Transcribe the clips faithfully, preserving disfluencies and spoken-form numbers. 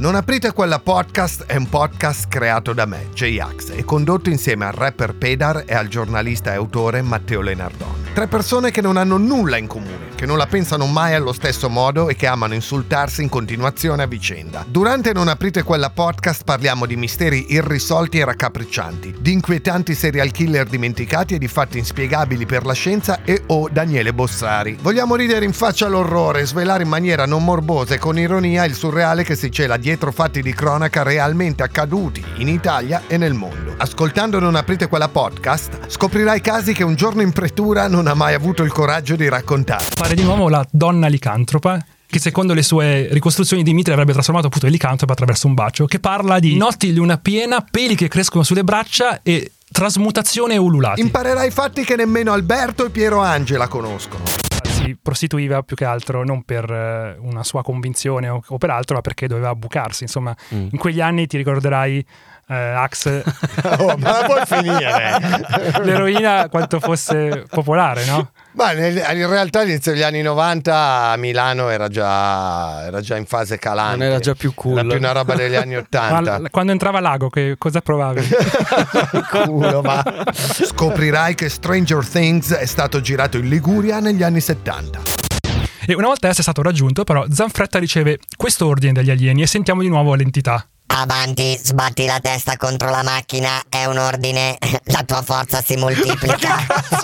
Non aprite quella podcast è un podcast creato da me, J-Ax, e condotto insieme al rapper Pedar e al giornalista e autore Matteo Lenardon. Tre persone che non hanno nulla in comune, che non la pensano mai allo stesso modo e che amano insultarsi in continuazione a vicenda. Durante Non aprite quella podcast parliamo di misteri irrisolti e raccapriccianti, di inquietanti serial killer dimenticati e di fatti inspiegabili per la scienza e o Daniele Bossari. Vogliamo ridere in faccia all'orrore, svelare in maniera non morbosa e con ironia il surreale che si cela dietro fatti di cronaca realmente accaduti in Italia e nel mondo. Ascoltando Non aprite quella podcast scoprirai casi che un giorno in pretura non ha mai avuto il coraggio di raccontare. Pare di nuovo la donna licantropa che secondo le sue ricostruzioni di miti avrebbe trasformato appunto il licantropo attraverso un bacio, che parla di notti di luna piena, peli che crescono sulle braccia e trasmutazione e ululati. Imparerai fatti che nemmeno Alberto e Piero Angela conoscono. Si prostituiva più che altro non per una sua convinzione o, o per altro, ma perché doveva bucarsi. Insomma, mm. in quegli anni ti ricorderai eh, Ax. Oh, ma la puoi finire? L'eroina quanto fosse popolare, no? Ma nel, in realtà all'inizio degli anni novanta a Milano era già, era già in fase calante. Non era già più cool. Era più una roba degli anni ottanta. Ma quando entrava Lago, che cosa provavi? Culo, ma scoprirai che Stranger Things è stato girato in Liguria negli anni settanta. E una volta essere stato raggiunto, però, Zanfretta riceve questo ordine dagli alieni e sentiamo di nuovo l'entità. Avanti, sbatti la testa contro la macchina, è un ordine, la tua forza si moltiplica.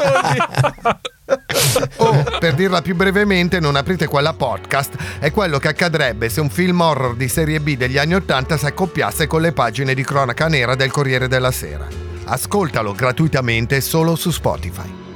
Oh, per dirla più brevemente, Non aprite quella podcast è quello che accadrebbe se un film horror di serie B degli anni ottanta si accoppiasse con le pagine di cronaca nera del Corriere della Sera. Ascoltalo gratuitamente solo su Spotify.